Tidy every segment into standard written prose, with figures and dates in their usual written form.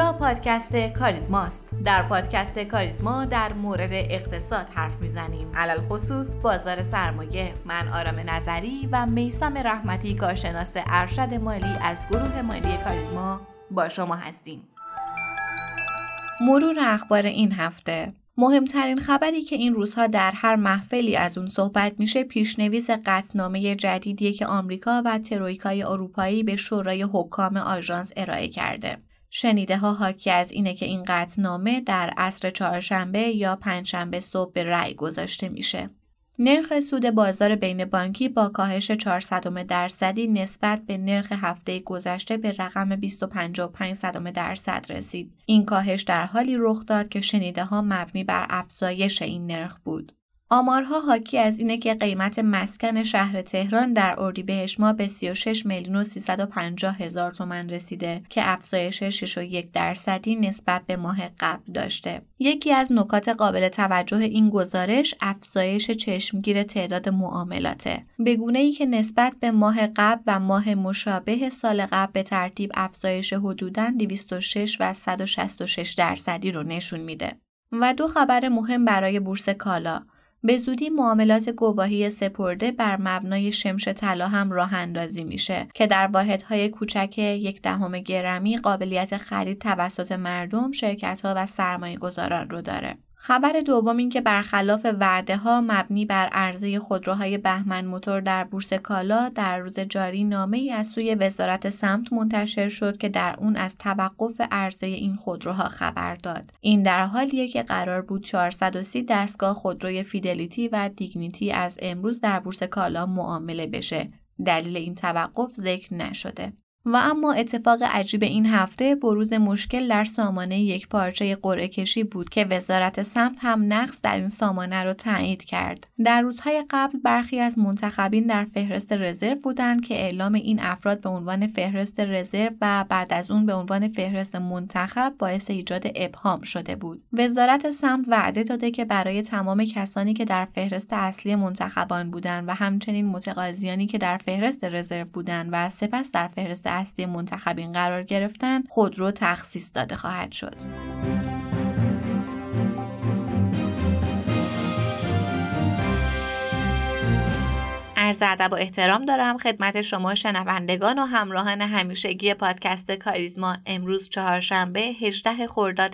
اینجا پادکست کاریزماست. در پادکست کاریزما در مورد اقتصاد حرف میزنیم، علل خصوص بازار سرمایه. من آرام نظری و میثم رحمتی، کارشناس ارشد مالی از گروه مالی کاریزما با شما هستیم. مرور اخبار این هفته. مهمترین خبری که این روزها در هر محفلی از اون صحبت میشه پیشنویس قطعنامه جدیدیه که آمریکا و ترویکای اروپایی به شورای حکام آژانس ارائه کرده. شنیده ها حاکی از اینه که این قطعنامه در عصر چهارشنبه یا پنجشنبه صبح به رأی گذاشته میشه. نرخ سود بازار بین بانکی با کاهش 0.04% نسبت به نرخ هفته گذشته به رقم 25.5% رسید. این کاهش در حالی رخ داد که شنیده ها مبنی بر افزایش این نرخ بود. آمارها حاکی از اینه که قیمت مسکن شهر تهران در اردیبهشت ماه به 36,350,000 تومان رسیده که افزایش 6.1% نسبت به ماه قبل داشته. یکی از نکات قابل توجه این گزارش افزایش چشمگیر تعداد معاملاته، به گونه‌ای که نسبت به ماه قبل و ماه مشابه سال قبل به ترتیب افزایش حدوداً 206 و 166% رو نشون میده. و دو خبر مهم برای بورس کالا. به زودی معاملات گواهی سپرده بر مبنای شمش طلا هم راه اندازی میشه که در واحدهای کوچک 0.1 گرمی قابلیت خرید توسط مردم، شرکت‌ها و سرمایه‌گذاران رو داره. خبر دوم این که برخلاف وعده‌ها مبنی بر عرضه خودروهای بهمن موتور در بورس کالا، در روز جاری نامه‌ای از سوی وزارت سمت منتشر شد که در اون از توقف عرضه این خودروها خبر داد. این در حالیه که قرار بود 430 دستگاه خودروی فیدلیتی و دیگنیتی از امروز در بورس کالا معامله بشه. دلیل این توقف ذکر نشده. و اما اتفاق عجیب این هفته بروز مشکل در سامانه یک پارچه قرعه کشی بود که وزارت سمت هم نقص در این سامانه رو تایید کرد. در روزهای قبل برخی از منتخبین در فهرست رزرو بودند که اعلام این افراد به عنوان فهرست رزرو و بعد از اون به عنوان فهرست منتخب باعث ایجاد ابهام شده بود. وزارت سمت وعده داده که برای تمام کسانی که در فهرست اصلی منتخبان بودند و همچنین متقاضیانی که در فهرست رزرو بودند و سپس در فهرست اصلی منتخبین قرار گرفتن خودرو تخصیص داده خواهد شد. عرض ادب و احترام دارم خدمت شما شنوندگان و همراهان همیشگی پادکست کاریزما. امروز چهارشنبه 18 خرداد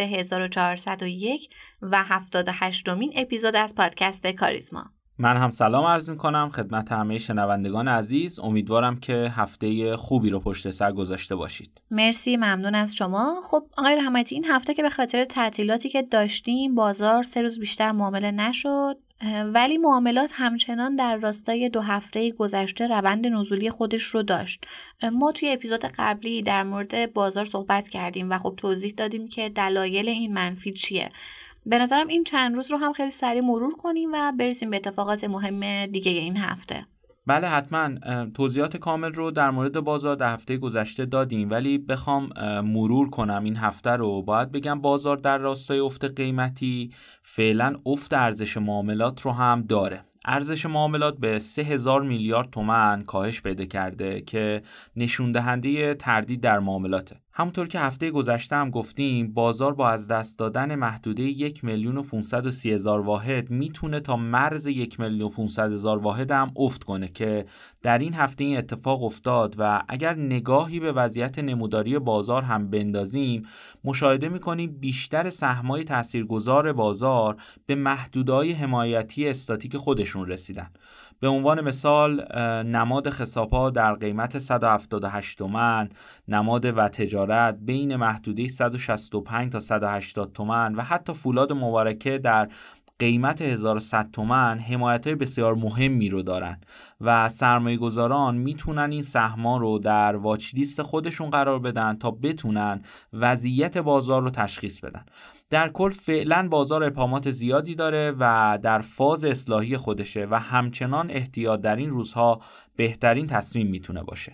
1401 و 78مین اپیزود از پادکست کاریزما. من هم سلام عرض می‌کنم خدمت همه شنوندگان عزیز. امیدوارم که هفته خوبی رو پشت سر گذاشته باشید. مرسی، ممنون از شما. خب آقای رحمتی، این هفته که به خاطر تعطیلاتی که داشتیم بازار 3 روز بیشتر معامله نشد، ولی معاملات همچنان در راستای 2 هفته گذشته روند نزولی خودش رو داشت. ما توی اپیزود قبلی در مورد بازار صحبت کردیم و خب توضیح دادیم که دلایل این منفی چیه. به نظرم این چند روز رو هم خیلی سریع مرور کنیم و برسیم به اتفاقات مهم دیگه این هفته. بله حتما. توضیحات کامل رو در مورد بازار در هفته گذشته دادیم، ولی بخوام مرور کنم این هفته رو باید بگم بازار در راستای افت قیمتی فعلا افت ارزش معاملات رو هم داره. ارزش معاملات به 3000 میلیارد تومان کاهش پیدا کرده که نشون دهنده تردید در معاملاته. همونطور که هفته گذشته هم گفتیم بازار با از دست دادن محدوده 1,530,000 واحد میتونه تا مرز 1,500,000 واحد هم افت کنه که در این هفته این اتفاق افتاد و اگر نگاهی به وضعیت نموداری بازار هم بندازیم مشاهده میکنیم بیشتر سهم‌های تاثیرگذار بازار به محدوده‌های حمایتی استاتیک خودشون رسیدن. به عنوان مثال نماد خساب‌ها در قیمت 178 تومان، نماد و تجارت بین محدوده 165 تا 180 تومان و حتی فولاد مبارکه در قیمت 1100 تومان حمایت‌های بسیار مهمی رو دارن و سرمایه‌گذاران میتونن این سهم‌ها رو در واچ لیست خودشون قرار بدن تا بتونن وضعیت بازار رو تشخیص بدن. در کل فعلا بازار ابهامات زیادی داره و در فاز اصلاحی خودشه و همچنان احتیاط در این روزها بهترین تصمیم میتونه باشه.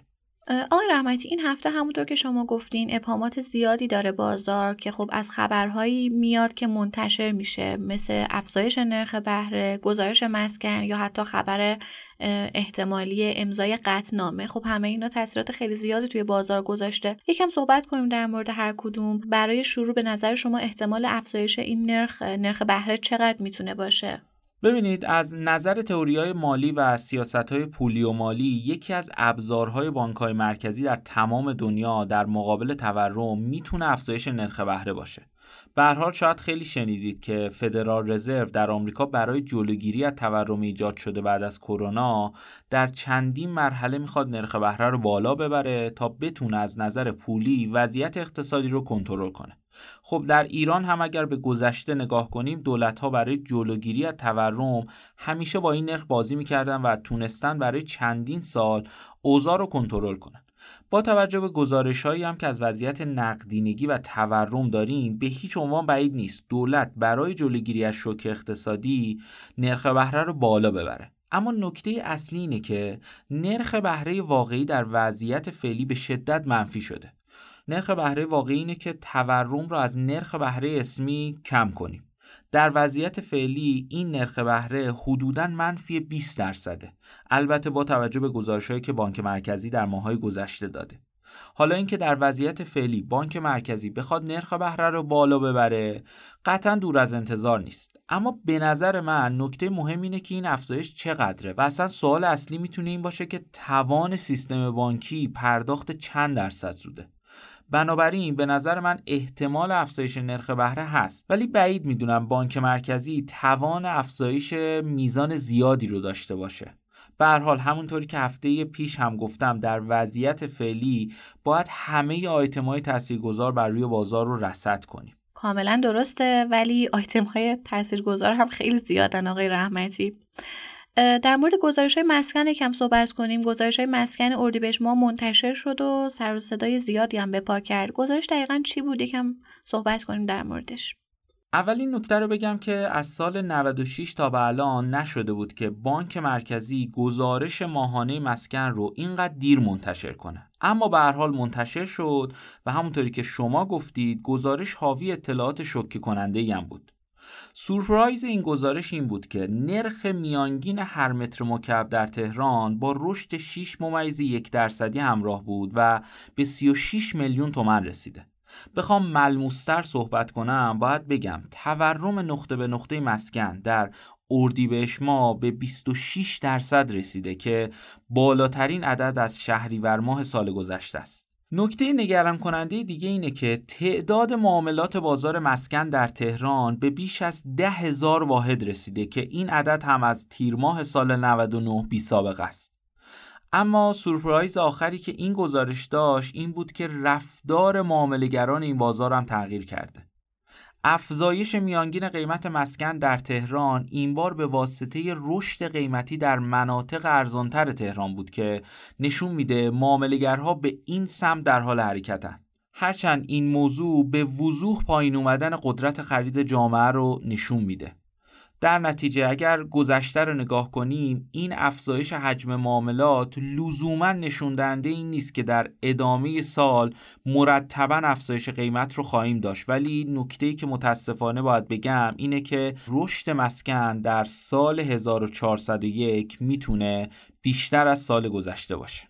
آقای رحمتی، این هفته همونطور که شما گفتین ابهامات زیادی داره بازار که خب از خبرهایی میاد که منتشر میشه، مثل افزایش نرخ بهره، گزارش مسکن یا حتی خبر احتمالی امضای قطعنامه. خب همه اینا تاثیرات خیلی زیادی توی بازار گذاشته. یکم صحبت کنیم در مورد هر کدوم. برای شروع به نظر شما احتمال افزایش این نرخ بهره چقدر میتونه باشه؟ ببینید، از نظر تئوری‌های مالی و سیاست‌های پولی و مالی، یکی از ابزارهای بانک‌های مرکزی در تمام دنیا در مقابل تورم میتونه افزایش نرخ بهره باشه. به هر حال شاید خیلی شنیدید که فدرال رزرو در آمریکا برای جلوگیری از تورم ایجاد شده بعد از کرونا در چندین مرحله میخواد نرخ بهره رو بالا ببره تا بتونه از نظر پولی وضعیت اقتصادی رو کنترل کنه. خب در ایران هم اگر به گذشته نگاه کنیم، دولت‌ها برای جلوگیری از تورم همیشه با این نرخ بازی می‌کردن و تونستن برای چندین سال اوضاع رو کنترل کنن. با توجه به گزارش‌هایی هم که از وضعیت نقدینگی و تورم داریم، به هیچ عنوان بعید نیست دولت برای جلوگیری از شوک اقتصادی نرخ بهره رو بالا ببره. اما نکته اصلی اینه که نرخ بهره واقعی در وضعیت فعلی به شدت منفی شده. نرخ بهره واقعی اینه که تورم رو از نرخ بهره اسمی کم کنیم. در وضعیت فعلی این نرخ بهره حدوداً منفی 20%. البته با توجه به گزارش‌هایی که بانک مرکزی در ماه‌های گذشته داده. حالا اینکه در وضعیت فعلی بانک مرکزی بخواد نرخ بهره رو بالا ببره، قطعاً دور از انتظار نیست. اما به نظر من نکته مهم اینه که این افزایش چقدره و اصلا سوال اصلی میتونه این باشه که توان سیستم بانکی پرداخت چند درصد سوده. بنابراین به نظر من احتمال افزایش نرخ بهره هست، ولی بعید میدونم بانک مرکزی توان افزایش میزان زیادی رو داشته باشه. به هر حال همونطوری که هفته پیش هم گفتم، در وضعیت فعلی باید همه آیتم‌های تاثیرگذار بر روی بازار رو رصد کنیم. کاملا درسته، ولی آیتم‌های تاثیرگذار هم خیلی زیادن آقای رحمتی. در مورد گزارش‌های مسکن یکم صحبت کنیم. گزارش‌های مسکن اردیبهشت ماه منتشر شد و سر و صدای زیادی هم به پا کرد. گزارش دقیقاً چی بود؟ یکم صحبت کنیم در موردش. اولین نکته رو بگم که از سال 96 تا به الان نشده بود که بانک مرکزی گزارش ماهانه مسکن رو اینقدر دیر منتشر کنه. اما به هر حال منتشر شد و همونطوری که شما گفتید گزارش حاوی اطلاعات شوکه کننده‌ای هم بود. سورپرایز این گزارش این بود که نرخ میانگین هر متر مکعب در تهران با رشد 6.1% همراه بود و به 36 میلیون تومان رسیده. بخوام ملموس‌تر صحبت کنم باید بگم تورم نقطه به نقطه مسکن در اردیبهشت ماه به 26% رسیده که بالاترین عدد از شهریور ماه سال گذشته است. نکته نگران کننده دیگه اینه که تعداد معاملات بازار مسکن در تهران به بیش از 10,000 واحد رسیده که این عدد هم از تیر ماه سال 99 بی سابقه است. اما سورپرایز آخری که این گزارش داشت این بود که رفتار معامله‌گران این بازار هم تغییر کرده. افزایش میانگین قیمت مسکن در تهران این بار به واسطه رشد قیمتی در مناطق ارزانتر تهران بود که نشون میده معامله‌گرها به این سمت در حال حرکتن. هرچند این موضوع به وضوح پایین اومدن قدرت خرید جامعه رو نشون میده. در نتیجه اگر گذشته رو نگاه کنیم این افزایش حجم معاملات لزوما نشون دهنده این نیست که در ادامه سال مرتباً افزایش قیمت رو خواهیم داشت، ولی نکته‌ای که متاسفانه باید بگم اینه که رشد مسکن در سال 1401 میتونه بیشتر از سال گذشته باشه.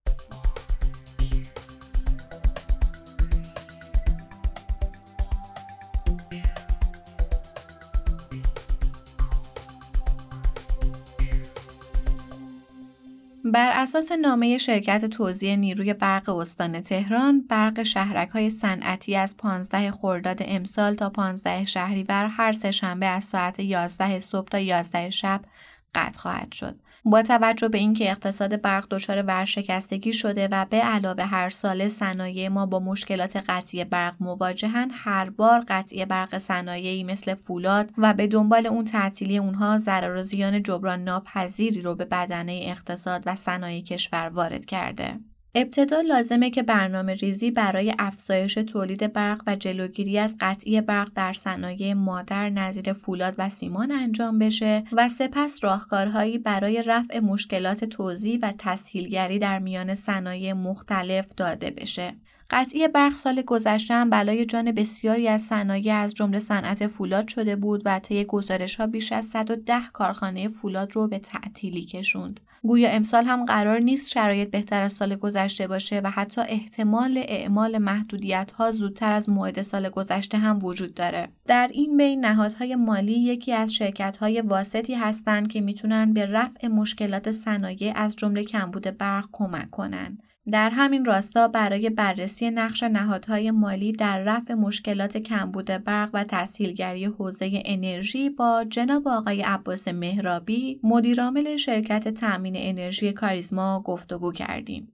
بر اساس نامه شرکت توزیع نیروی برق استان تهران، برق شهرک‌های صنعتی از 15 خرداد امسال تا 15 شهریور هر سه شنبه از ساعت 11 صبح تا 11 شب قطع خواهد شد. با توجه به اینکه اقتصاد برق دچار ورشکستگی شده و به علاوه هر ساله صنایع ما با مشکلات قطعی برق مواجهن، هر بار قطعی برق صنایعی مثل فولاد و به دنبال اون تعطیلی اونها ضرر و زیان جبران ناپذیری رو به بدنه اقتصاد و صنایع کشور وارد کرده. ابتدا لازمه که برنامه ریزی برای افزایش تولید برق و جلوگیری از قطعی برق در صنایع مادر نظیر فولاد و سیمان انجام بشه و سپس راهکارهایی برای رفع مشکلات توزیع و تسهیلگری در میان صنایع مختلف داده بشه. قطعی برق سال گذشته هم بلای جان بسیاری از صنایع از جمله صنعت فولاد شده بود و طی گزارش‌ها بیش از 110 کارخانه فولاد رو به تعطیلی کشوند. گویا امسال هم قرار نیست شرایط بهتر از سال گذشته باشه و حتی احتمال اعمال محدودیت‌ها زودتر از موعد سال گذشته هم وجود داره. در این بین نهادهای مالی یکی از شرکت‌های واسطی هستند که میتونن به رفع مشکلات صنایع از جمله کمبود برق کمک کنن. در همین راستا برای بررسی نقش نهادهای مالی در رفع مشکلات کمبود برق و تسهیلگری حوزه انرژی با جناب آقای عباس مهرابی مدیرعامل شرکت تامین انرژی کاریزما گفتگو کردیم.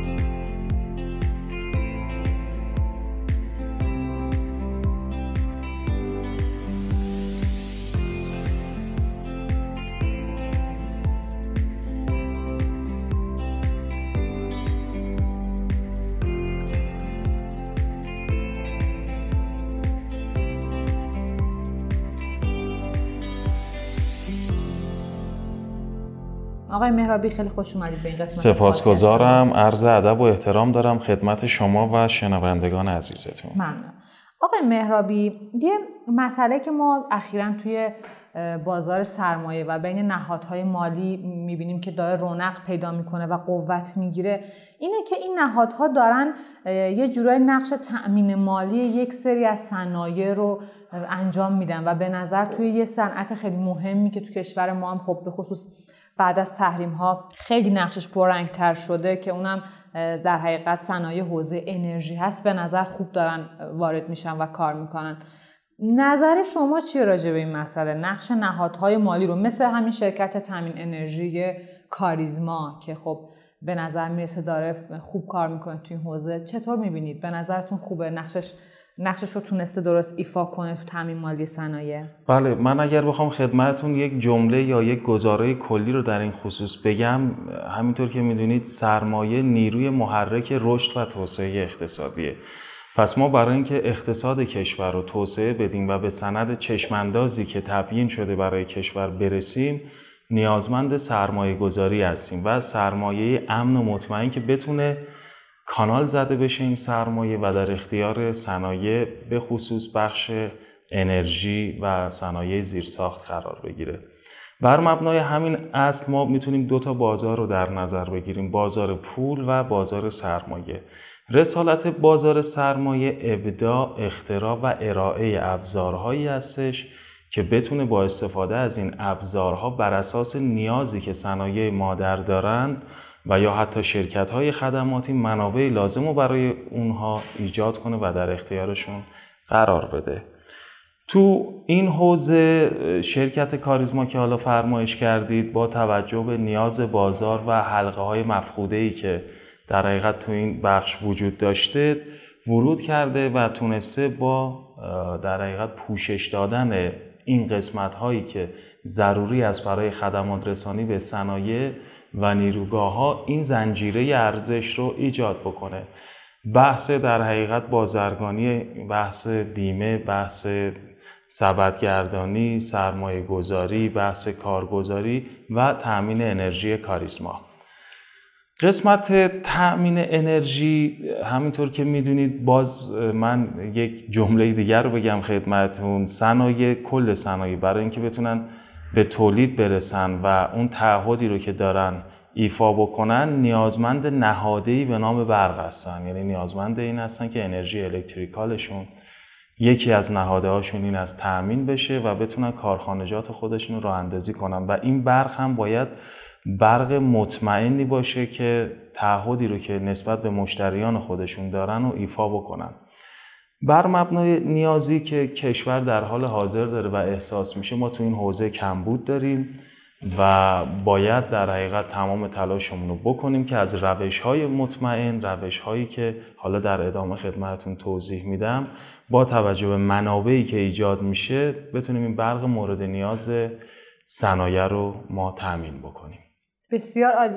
آقای مهرابی خیلی خوش اومدید به این قسمت. سپاسگزارم. عرض ادب و احترام دارم خدمت شما و شنوندگان عزیزتون. ممنون. آقای مهرابی، یه مسئله که ما اخیراً توی بازار سرمایه و بین نهادهای مالی میبینیم که داره رونق پیدا میکنه و قوت میگیره اینه که این نهادها دارن یه جورای نقش تأمین مالی یک سری از صنایع رو انجام میدن و به نظر توی یه صنعت خیلی مهمی که تو کشور ما هم خب به خصوص بعد از تحریم ها خیلی نقشش پررنگ‌تر شده که اونم در حقیقت صنایع حوزه انرژی هست، به نظر خوب دارن وارد میشن و کار میکنن. نظر شما چیه راجع به این مسئله؟ نقش نهادهای مالی رو مثل همین شرکت تامین انرژی کاریزما که خب به نظر میرسه داره خوب کار میکنه توی این حوزه، چطور میبینید؟ به نظرتون خوبه نقشش رو تونسته درست ایفا کنه تو تامین مالی صنایع؟ بله، من اگر بخوام خدمتتون یک جمله یا یک گزاره کلی رو در این خصوص بگم، همینطور که میدونید سرمایه نیروی محرک رشد و توسعه اقتصادیه. پس ما برای اینکه اقتصاد کشور رو توسعه بدیم و به سند چشماندازی که تبیین شده برای کشور برسیم نیازمند سرمایه گذاری هستیم و سرمایه امن و مطمئن که بتونه کانال زده بشه این سرمایه و در اختیار صنایع به خصوص بخش انرژی و صنایع زیرساخت قرار بگیره. بر مبنای همین اصل ما میتونیم دو تا بازار رو در نظر بگیریم، بازار پول و بازار سرمایه. رسالت بازار سرمایه ابداع، اختراع و ارائه ابزارهایی هستش که بتونه با استفاده از این ابزارها بر اساس نیازی که صنایع مادر دارند و یا حتی شرکت‌های خدماتی منابع لازم رو برای اونها ایجاد کنه و در اختیارشون قرار بده. تو این حوزه شرکت کاریزما که حالا فرمایش کردید با توجه به نیاز بازار و حلقه‌های مفقوده‌ای که در حقیقت تو این بخش وجود داشته ورود کرده و تونسته با در حقیقت پوشش دادن این قسمت‌هایی که ضروری است برای خدمات رسانی به صنایع و نیروگاه‌ها این زنجیره ارزش رو ایجاد بکنه. بحث در حقیقت بازرگانی، بحث بیمه، بحث سبدگردانی، سرمایه گذاری، بحث کارگزاری و تأمین انرژی کاریزما. قسمت تأمین انرژی همینطور که میدونید، باز من یک جمله دیگر رو بگم خدمتون، صنایع کل صنایع برای اینکه بتونن به تولید برسن و اون تعهدی رو که دارن ایفا بکنن نیازمند نهاده‌ای به نام برق هستن. یعنی نیازمند این هستن که انرژی الکتریکالشون یکی از نهاده‌هاشون این از تأمین بشه و بتونن کارخانجات خودشون رو راه اندازی کنن و این برق هم باید برق مطمئنی باشه که تعهدی رو که نسبت به مشتریان خودشون دارن و ایفا بکنن. بر مبنای نیازی که کشور در حال حاضر داره و احساس میشه، ما تو این حوزه کمبود داریم و باید در حقیقت تمام تلاشمون رو بکنیم که از روش‌های مطمئن، روش‌هایی که حالا در ادامه خدمتتون توضیح میدم، با توجه به منابعی که ایجاد میشه بتونیم این برق مورد نیاز صنایع رو ما تامین بکنیم. بسیار عالی.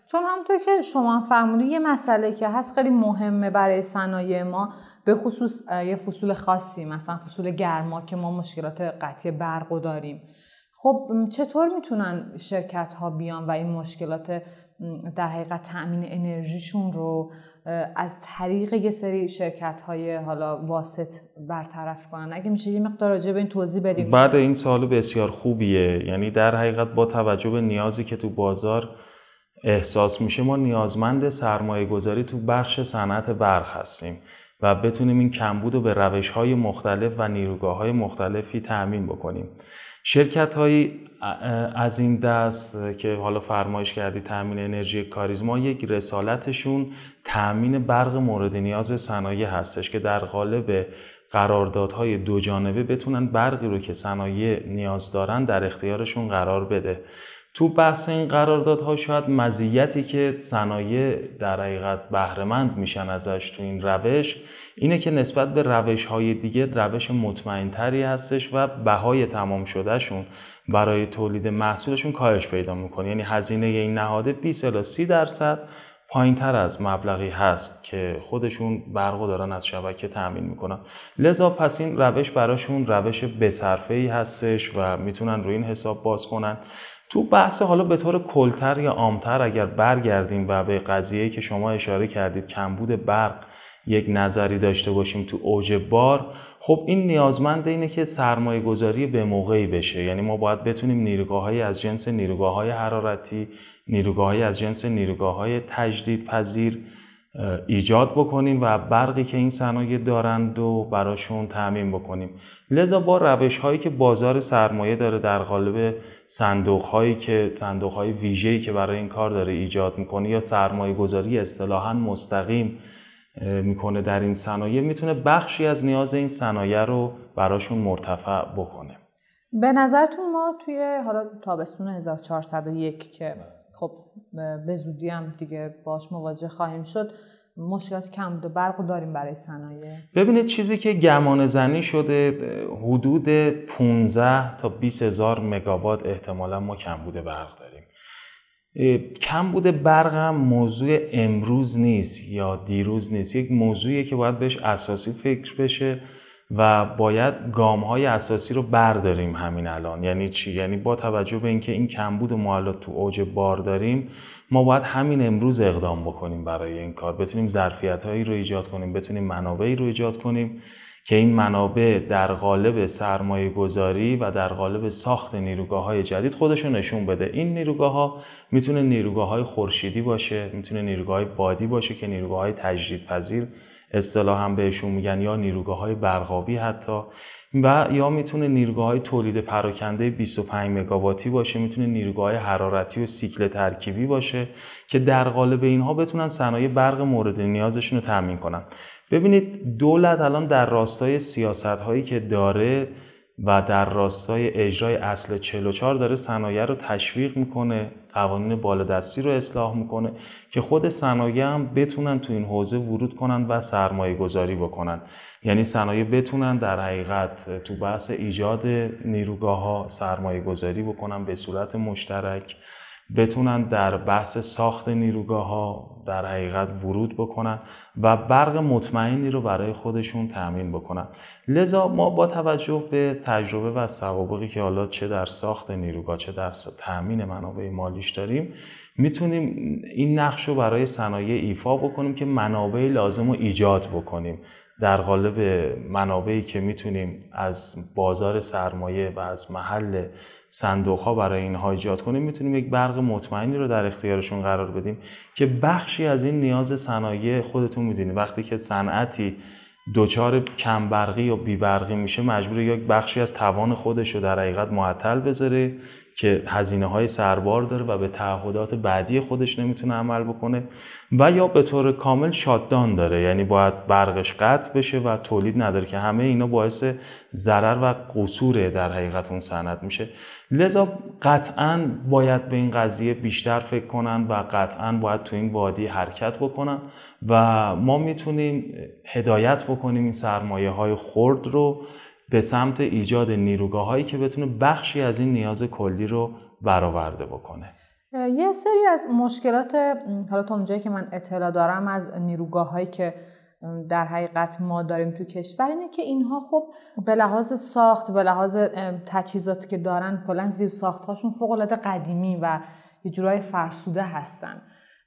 چون همونطور که شما فرمودید یه مسئله که هست خیلی مهمه برای صنایع ما، به خصوص یه فصول خاصی، مثلا فصول گرما که ما مشکلات قطعی برق رو داریم. خب چطور میتونن شرکت ها بیان و این مشکلات در حقیقت تأمین انرژیشون رو از طریق یه سری شرکت های حالا واسط برطرف کنن؟ اگه میشه یه مقدار راجع به این توضیح بدیم. بعد این سوال بسیار خوبیه. یعنی در حقیقت با توجه به نیازی که تو بازار احساس میشه، ما نیازمند سرمایه گذاری تو بخش صنعت برق هستیم و بتونیم این کمبود رو به روش‌های مختلف و نیروگاه‌های مختلفی تأمین بکنیم. شرکت‌هایی از این دست که حالا فرمایش کردی تأمین انرژی کاریزما، یک رسالتشون تأمین برق مورد نیاز صنایع هستش که در قالب قراردادهای دو جانبه بتونن برقی رو که صنایع نیاز دارن در اختیارشون قرار بده. تو بحث این قراردادها شاید مزیتی که صنایع در حقیقت بهره‌مند میشن ازش تو این روش اینه که نسبت به روش‌های دیگه روش مطمئن‌تری هستش و بهای تمام شدهشون برای تولید محصولشون کاهش پیدا میکنه. یعنی هزینه این نهاده 20 الی 30% پایین‌تر از مبلغی هست که خودشون برقو دارن از شبکه تأمین میکنن. لذا پس این روش براشون روش بصرفه‌ای هستش و میتونن روی این حساب باز کنن. تو بحث حالا به طور کلتر یا عامتر اگر برگردیم و به قضیه‌ای که شما اشاره کردید کمبود برق یک نظری داشته باشیم تو اوج بار، خب این نیازمند اینه که سرمایه گذاری به موقعی بشه. یعنی ما باید بتونیم نیروگاه‌های از جنس نیروگاه‌های حرارتی، نیروگاه‌های از جنس نیروگاه‌های تجدیدپذیر ایجاد بکنیم و برقی که این صنایع دارند و براشون تأمین بکنیم. لذا با روش‌هایی که بازار سرمایه داره در قالب صندوق‌های ویژه‌ای که برای این کار داره ایجاد میکنه یا سرمایه‌گذاری اصطلاحاً مستقیم میکنه در این صنایع، میتونه بخشی از نیاز این صنایع رو براشون مرتفع بکنه. به نظرتون ما توی حالا تابستون 1401 که خب به زودی هم دیگه باش مواجه خواهیم شد، مشکلات کمبود برق رو داریم برای صنایع؟ ببینید چیزی که گمان زنی شده حدود 15 تا 20 هزار مگاوات احتمالا ما کمبود برق داریم. کمبود برق هم موضوع امروز نیست یا دیروز نیست، یک موضوعیه که باید بهش اساسی فکر بشه و باید گام‌های اساسی رو برداریم همین الان. یعنی چی؟ یعنی با توجه به اینکه این کمبود ما الان تو اوج بار داریم، ما باید همین امروز اقدام بکنیم برای این کار، بتونیم ظرفیت‌هایی رو ایجاد کنیم، بتونیم منابعی رو ایجاد کنیم که این منابع در قالب سرمایه‌گذاری و در قالب ساخت نیروگاه‌های جدید خودشون نشون بده. این نیروگاه‌ها میتونه نیروگاه‌های خورشیدی باشه، میتونه نیروگاه‌های بادی باشه که نیروگاه‌های تجدیدپذیر اصطلاحاً بهشون میگن، یا نیروگاه‌های برقابی حتی، و یا میتونه نیروگاه‌های تولید پراکنده 25 مگاواتی باشه، میتونه نیروگاه‌های حرارتی و سیکل ترکیبی باشه که در قالب اینها بتونن صنایع برق مورد نیازشون رو تامین کنن. ببینید دولت الان در راستای سیاست‌هایی که داره و در راستای اجرای اصل 44 داره صنایع رو تشویق میکنه، قوانین بالادستی رو اصلاح میکنه که خود صنایع هم بتونن تو این حوزه ورود کنن و سرمایه گذاری بکنن. یعنی صنایع بتونن در حقیقت تو بحث ایجاد نیروگاه‌ها سرمایه گذاری بکنن به صورت مشترک، بتونن در بحث ساخت نیروگاه‌ها در حقیقت ورود بکنن و برق مطمئنی رو برای خودشون تأمین بکنن. لذا ما با توجه به تجربه و سوابقی که حالا چه در ساخت نیروگاه چه در تأمین منابع مالیش داریم، میتونیم این نقش رو برای صنایع ایفا بکنیم که منابع لازم رو ایجاد بکنیم در قالب منابعی که میتونیم از بازار سرمایه و از محل صندوق‌ها برای اینها ایجاد کنیم، میتونیم یک برق مطمئنی رو در اختیارشون قرار بدیم که بخشی از این نیاز صنایع، خودتون میدونید وقتی که صنعتی دوچار کم برقی یا بی برقی میشه مجبور یک بخشی از توان خودش رو در حقیقت معطل بذاره که هزینه‌های سربار داره و به تعهدات بعدی خودش نمیتونه عمل بکنه، و یا به طور کامل شاتدان داره، یعنی باید برقش قطع بشه و تولید نداره که همه اینا باعث ضرر و قصور در حقیقت اون صنعت میشه. لذا قطعاً باید به این قضیه بیشتر فکر کنن و قطعاً باید تو این وادی حرکت بکنن و ما میتونیم هدایت بکنیم این سرمایه‌های خرد رو به سمت ایجاد نیروگاه‌هایی که بتونه بخشی از این نیاز کلی رو برآورده بکنه. یه سری از مشکلات، حالا تا اونجایی که من اطلاع دارم از نیروگاه‌هایی که در حقیقت ما داریم تو کشور اینه که اینها خب به لحاظ ساخت، به لحاظ تجهیزاتی که دارن، کلا زیر ساخت‌هاشون فوق‌العاده قدیمی و یه جورای فرسوده هستن.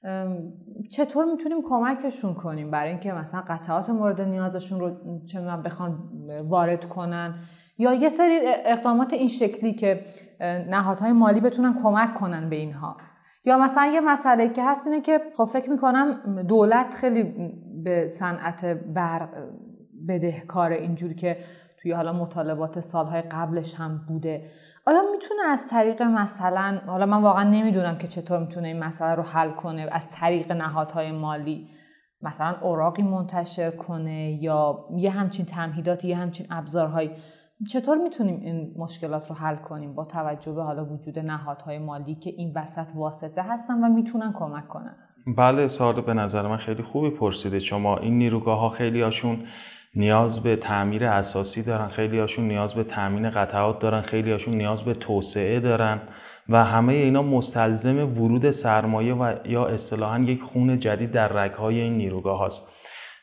چطور میتونیم کمکشون کنیم برای اینکه مثلا قطعات مورد نیازشون رو چه می‌دونم بخوان وارد کنن، یا یه سری اقدامات این شکلی که نهادهای مالی بتونن کمک کنن به اینها. یا مثلا یه مسئله که هست اینه که خب فکر میکنم دولت خیلی به صنعت برق بدهکاره، اینجوری که توی حالا مطالبات سالهای قبلش هم بوده. آیا میتونه از طریق مثلا، حالا من واقعا نمیدونم که چطور میتونه این مسئله رو حل کنه، از طریق نهادهای مالی مثلا اوراقی منتشر کنه یا یه همچین تمهیداتی، یه همچین ابزارهایی، چطور میتونیم این مشکلات رو حل کنیم با توجه به حالا وجود نهادهای مالی که این وسط واسطه هستن و میتونن کمک کنن؟ بله، سوال به نظر من خیلی خوبی پرسیده شما. این نیروگاه ها خیلی هاشون نیاز به تعمیر اساسی دارن، خیلی هاشون نیاز به تامین قطعات دارن، خیلی هاشون نیاز به توسعه دارن و همه اینا مستلزم ورود سرمایه و یا اصطلاحاً یک خون جدید در رگ‌های این نیروگاه هاست.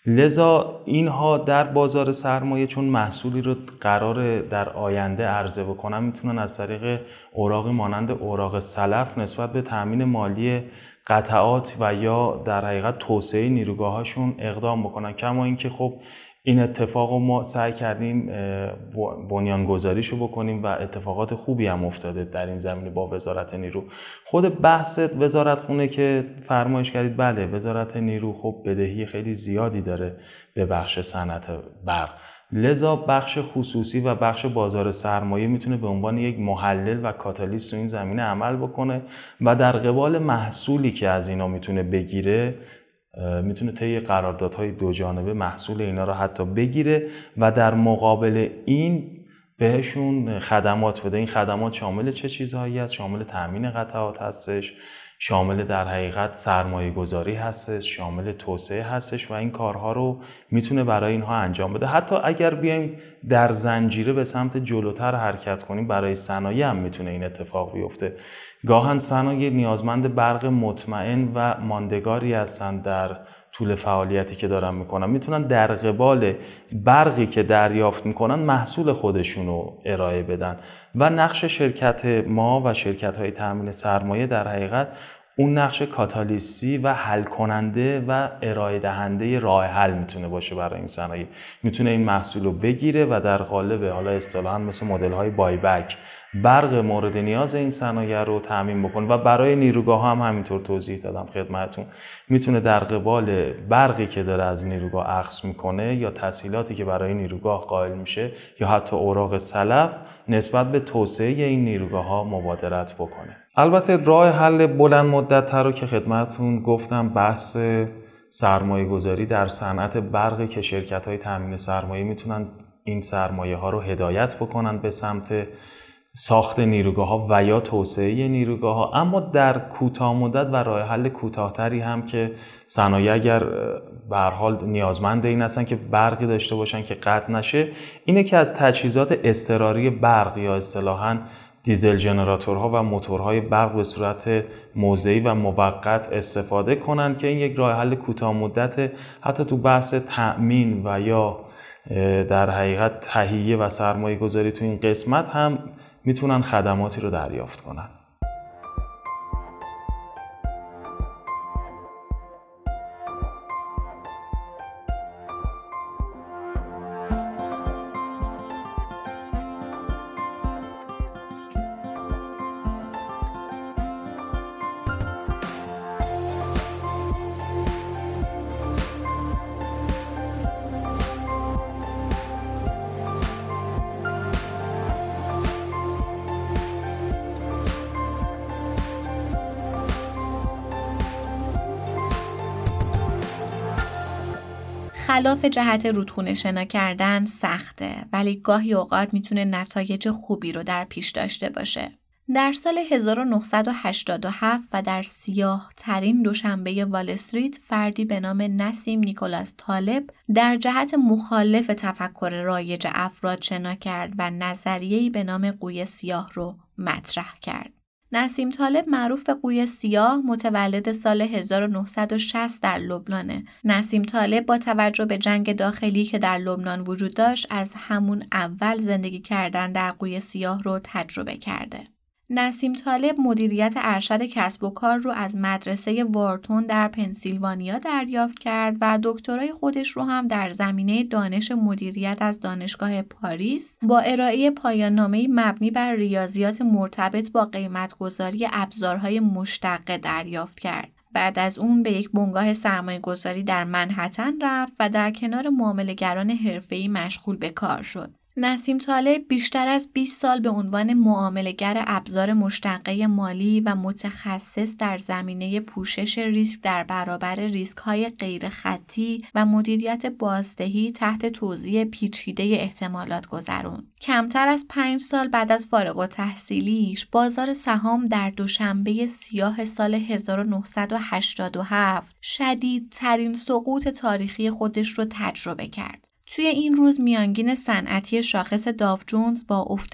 لذا اینها در بازار سرمایه چون محصولی رو قراره در آینده عرضه بکنن، میتونن از طریق اوراقی مانند اوراق سلف نسبت به تامین مالی قطعات و یا در حقیقت توسعه نیروگاهاشون اقدام بکنن. کما اینکه خب این اتفاق رو ما سعی کردیم بنیانگذاریشو بکنیم و اتفاقات خوبی هم افتاده در این زمینه با وزارت نیرو. خود بحث وزارت خونه که فرمایش کردید، بله، وزارت نیرو خب بدهی خیلی زیادی داره به بخش صنعت برق، لذا بخش خصوصی و بخش بازار سرمایه میتونه به عنوان یک محلل و کاتالیست تو این زمینه عمل بکنه و در قبال محصولی که از اینا میتونه بگیره، میتونه طی قراردادهای دو جانبه محصول اینا رو حتی بگیره و در مقابل این بهشون خدمات بده. این خدمات شامل چه چیزهایی هست؟ شامل تامین قطعات هستش، شامل در حقیقت سرمایه گذاری هستش، شامل توسعه هستش و این کارها رو میتونه برای اینها انجام بده. حتی اگر بیایم در زنجیره به سمت جلوتر حرکت کنیم، برای صنایع هم میتونه این اتفاق بیفته. گاهن صنایع نیازمند برق مطمئن و ماندگاری هستند در طول فعالیتی که دارن میکنن، میتونن در قبال برقی که دریافت میکنن محصول خودشون رو ارائه بدن و نقش شرکت ما و شرکت های تامین سرمایه در حقیقت اون نقش کاتالیستی و حل کننده و ارائه دهنده راه حل میتونه باشه برای این صنایع. میتونه این محصول رو بگیره و در قالب حالا اصطلاحاً مثل مدل های بای بک برق مورد نیاز این صنایع رو تامین بکنه و برای نیروگاه هم همینطور توضیح دادم خدمتتون. میتونه در قبال برقی که داره از نیروگاه اخذ میکنه یا تسهیلاتی که برای نیروگاه قائل میشه یا حتی اوراق سلف نسبت به توسعه این نیروگاه ها مبادرت بکنه. البته راه حل بلند مدت تر رو که خدمتتون گفتم، بحث سرمایه گذاری در صنعت برق که شرکت های تامین سرمایه میتونن این سرمایه ها رو هدایت بکنن به سمت ساخت نیروگاه ها و یا توسعه نیروگاه ها. اما در کوتاه مدت و راه حل کوتاه‌تری هم که صنایع اگر به هر حال نیازمند این هستن که برقی داشته باشن که قطع نشه، اینه که از تجهیزات اضطراری برق یا اصطلاحاً دیزل ژنراتورها و موتورهای برق به صورت موضعی و موقت استفاده کنن که این یک راه حل کوتاه مدت. حتی تو بحث تأمین و یا در حقیقت تهیه و سرمایه گذاری تو این قسمت هم میتونن خدماتی رو دریافت کنن. خلاف جهت رودخونه شنا کردن سخته، ولی گاهی اوقات میتونه نتایج خوبی رو در پیش داشته باشه. در سال 1987 و در سیاه ترین دوشنبه وال استریت، فردی به نام نسیم نیکولاس طالب در جهت مخالف تفکر رایج افراد شنا کرد و نظریه‌ای به نام قوی سیاه رو مطرح کرد. نسیم طالب معروف به قوی سیاه متولد سال 1960 در لبنانه. نسیم طالب با توجه به جنگ داخلی که در لبنان وجود داشت از همون اول زندگی کردن در قوی سیاه رو تجربه کرده. نسیم طالب مدیریت ارشد کسب و کار رو از مدرسه وارتون در پنسیلوانیا دریافت کرد و دکترای خودش رو هم در زمینه دانش مدیریت از دانشگاه پاریس با ارائه پایان‌نامه‌ای مبنی بر ریاضیات مرتبط با قیمت‌گذاری ابزارهای مشتقه دریافت کرد. بعد از اون به یک بنگاه سرمایه‌گذاری در منهتن رفت و در کنار معامله‌گران حرفه‌ای مشغول به کار شد. نسیم طالب بیشتر از 20 سال به عنوان معامله‌گر ابزار مشتقه مالی و متخصص در زمینه پوشش ریسک در برابر ریسک‌های غیرخطی و مدیریت بازدهی تحت توزیع پیچیده احتمالات گذروند. کمتر از 5 سال بعد از فارغ التحصیلیش بازار سهام در دوشنبه سیاه سال 1987 شدیدترین سقوط تاریخی خودش رو تجربه کرد. توی این روز میانگین صنعتی شاخص داو جونز با افت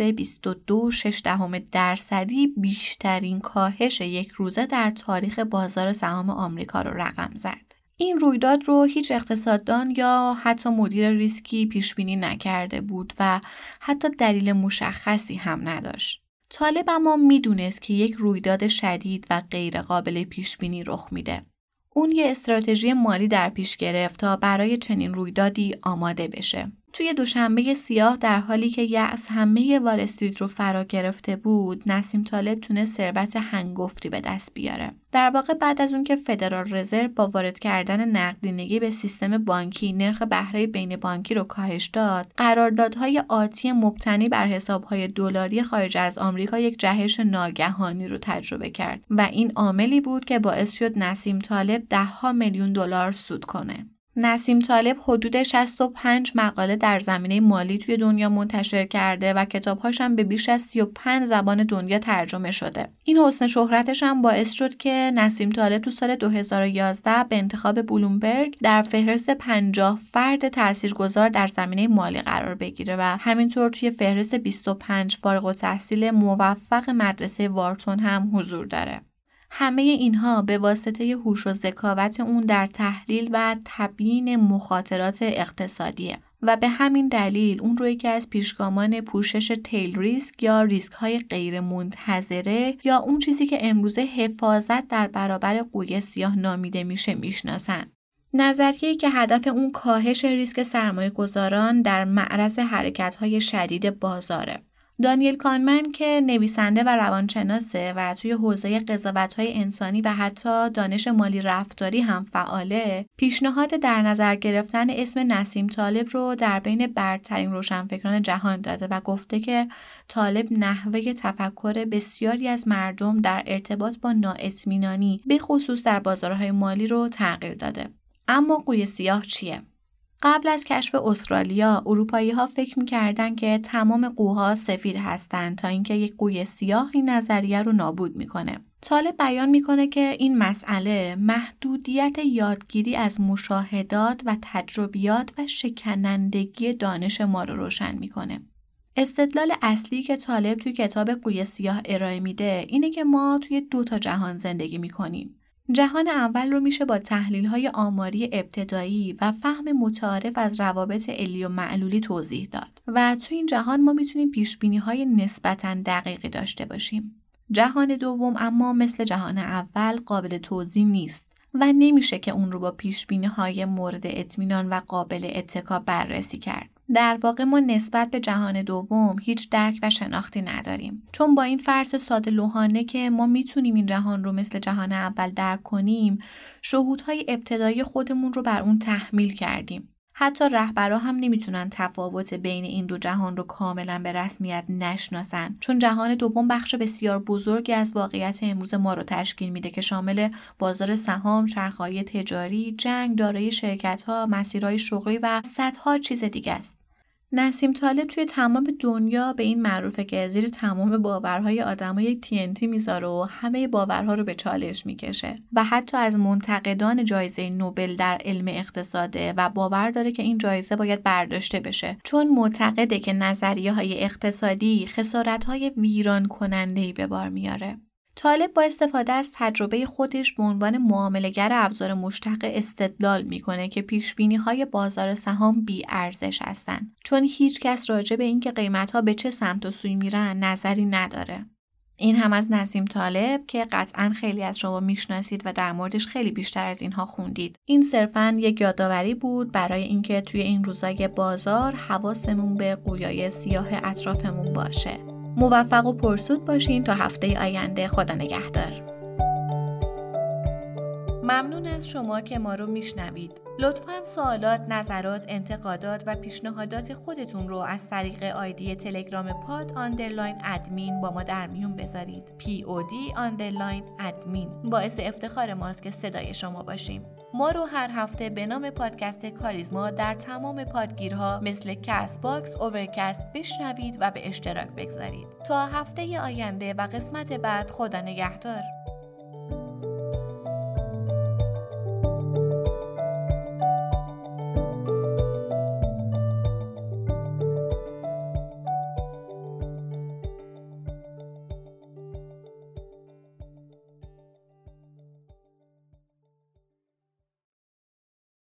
22.6% بیشترین کاهش یک روزه در تاریخ بازار سهام آمریکا رو رقم زد. این رویداد رو هیچ اقتصاددان یا حتی مدیر ریسکی پیش بینی نکرده بود و حتی دلیل مشخصی هم نداشت. طالب اما میدونست که یک رویداد شدید و غیر قابل پیش بینی رخ میده. اون یه استراتژی مالی در پیش گرفت تا برای چنین رویدادی آماده بشه. توی دوشنبه سیاه در حالی که یأس همه وال استریت رو فرا گرفته بود، نسیم طالب تونست ثروت هنگفتی به دست بیاره. در واقع بعد از اون که فدرال رزرو با وارد کردن نقدینگی به سیستم بانکی نرخ بهره بین بانکی رو کاهش داد، قراردادهای آتی مبتنی بر حسابهای دلاری خارج از آمریکا یک جهش ناگهانی رو تجربه کرد و این عاملی بود که باعث شد نسیم طالب $10 میلیون سود کنه. نسیم طالب حدود 65 مقاله در زمینه مالی توی دنیا منتشر کرده و کتاب‌هاش هم به بیش از 35 زبان دنیا ترجمه شده. این حسن شهرتش هم باعث شد که نسیم طالب تو سال 2011 به انتخاب بلومبرگ در فهرست 50 فرد تاثیرگذار در زمینه مالی قرار بگیره و همینطور توی فهرست 25 فارغ التحصیل موفق مدرسه وارتون هم حضور داره. همه اینها به واسطه هوش و ذکاوت اون در تحلیل و تبیین مخاطرات اقتصادیه و به همین دلیل اون رو یکی از پیشگامان پوشش تیل ریسک یا ریسک های غیر منتظره یا اون چیزی که امروزه حفاظت در برابر قوی سیاه نامیده میشه میشناسن. نظریه‌ای که هدف اون کاهش ریسک سرمایه‌گذاران در معرض حرکت‌های شدید بازاره. دانیل کانمن که نویسنده و روانشناسه و توی حوزه قضاوت‌های انسانی و حتی دانش مالی رفتاری هم فعاله، پیشنهاد در نظر گرفتن اسم نسیم طالب رو در بین برترین روشنفکران جهان داده و گفته که طالب نحوه تفکر بسیاری از مردم در ارتباط با نااطمینانی به خصوص در بازارهای مالی رو تغییر داده. اما قوی سیاه چیه؟ قبل از کشف استرالیا، اروپایی‌ها فکر می‌کردن که تمام قوها سفید هستند تا اینکه یک قوی سیاه این نظریه رو نابود می‌کنه. طالب بیان می‌کنه که این مسئله محدودیت یادگیری از مشاهدات و تجربیات و شکنندگی دانش ما رو روشن می‌کنه. استدلال اصلی که طالب توی کتاب قوی سیاه ارائه میده اینه که ما توی 2 جهان زندگی می‌کنیم. جهان اول رو میشه با تحلیل‌های آماری ابتدایی و فهم متعارف از روابط علی و معلولی توضیح داد و تو این جهان ما میتونیم پیشبینی‌های نسبتاً دقیقی داشته باشیم. جهان دوم اما مثل جهان اول قابل توضیح نیست و نمیشه که اون رو با پیشبینی‌های مورد اطمینان و قابل اتکا بررسی کرد. در واقع ما نسبت به جهان دوم هیچ درک و شناختی نداریم، چون با این فرض ساده لوحانه که ما میتونیم این جهان رو مثل جهان اول درک کنیم، شهودهای ابتدایی خودمون رو بر اون تحمیل کردیم. حتی رهبرا هم نمیتونن تفاوت بین این 2 جهان رو کاملا به رسمیت نشناسن، چون جهان دوم بخش بسیار بزرگی از واقعیت امروز ما رو تشکیل میده که شامل بازار سهام، چرخه‌های تجاری، جنگ، دارایی شرکت‌ها، مسیرهای شغلی و صدها چیز دیگه است. نسیم طالب توی تمام دنیا به این معروفه که زیر تمام باورهای آدم‌ها یک TNT میذاره و همه باورها رو به چالش میکشه و حتی از منتقدان جایزه نوبل در علم اقتصاده و باور داره که این جایزه باید برداشته بشه، چون معتقده که نظریه‌های اقتصادی خسارت‌های ویران کننده‌ای به بار میاره. طالب با استفاده از تجربه خودش به عنوان معامله‌گر ابزار مشتق استدلال میکنه که پیشبینی‌های بازار سهام بی‌ارزش هستن، چون هیچ کس راجع به اینکه قیمت‌ها به چه سمت و سوی میرن نظری نداره. این هم از نسیم طالب که قطعاً خیلی از شما میشناسید و در موردش خیلی بیشتر از اینها خوندید. این صرفاً یک یادآوری بود برای اینکه توی این روزای بازار حواسمون به قویای سیاه اطرافمون باشه. موفق و پرسود باشین تا هفته آینده. خدا نگهدار. ممنون از شما که ما رو میشنوید. لطفاً سوالات، نظرات، انتقادات و پیشنهادات خودتون رو از طریق آیدی تلگرام pod_admin با ما در میون بذارید. pod_admin. باعث افتخار ماست که صدای شما باشیم. ما رو هر هفته به نام پادکست کاریزما در تمام پادگیرها مثل کست باکس، اوورکست بشنوید و به اشتراک بگذارید. تا هفته آینده و قسمت بعد، خدا نگهدار.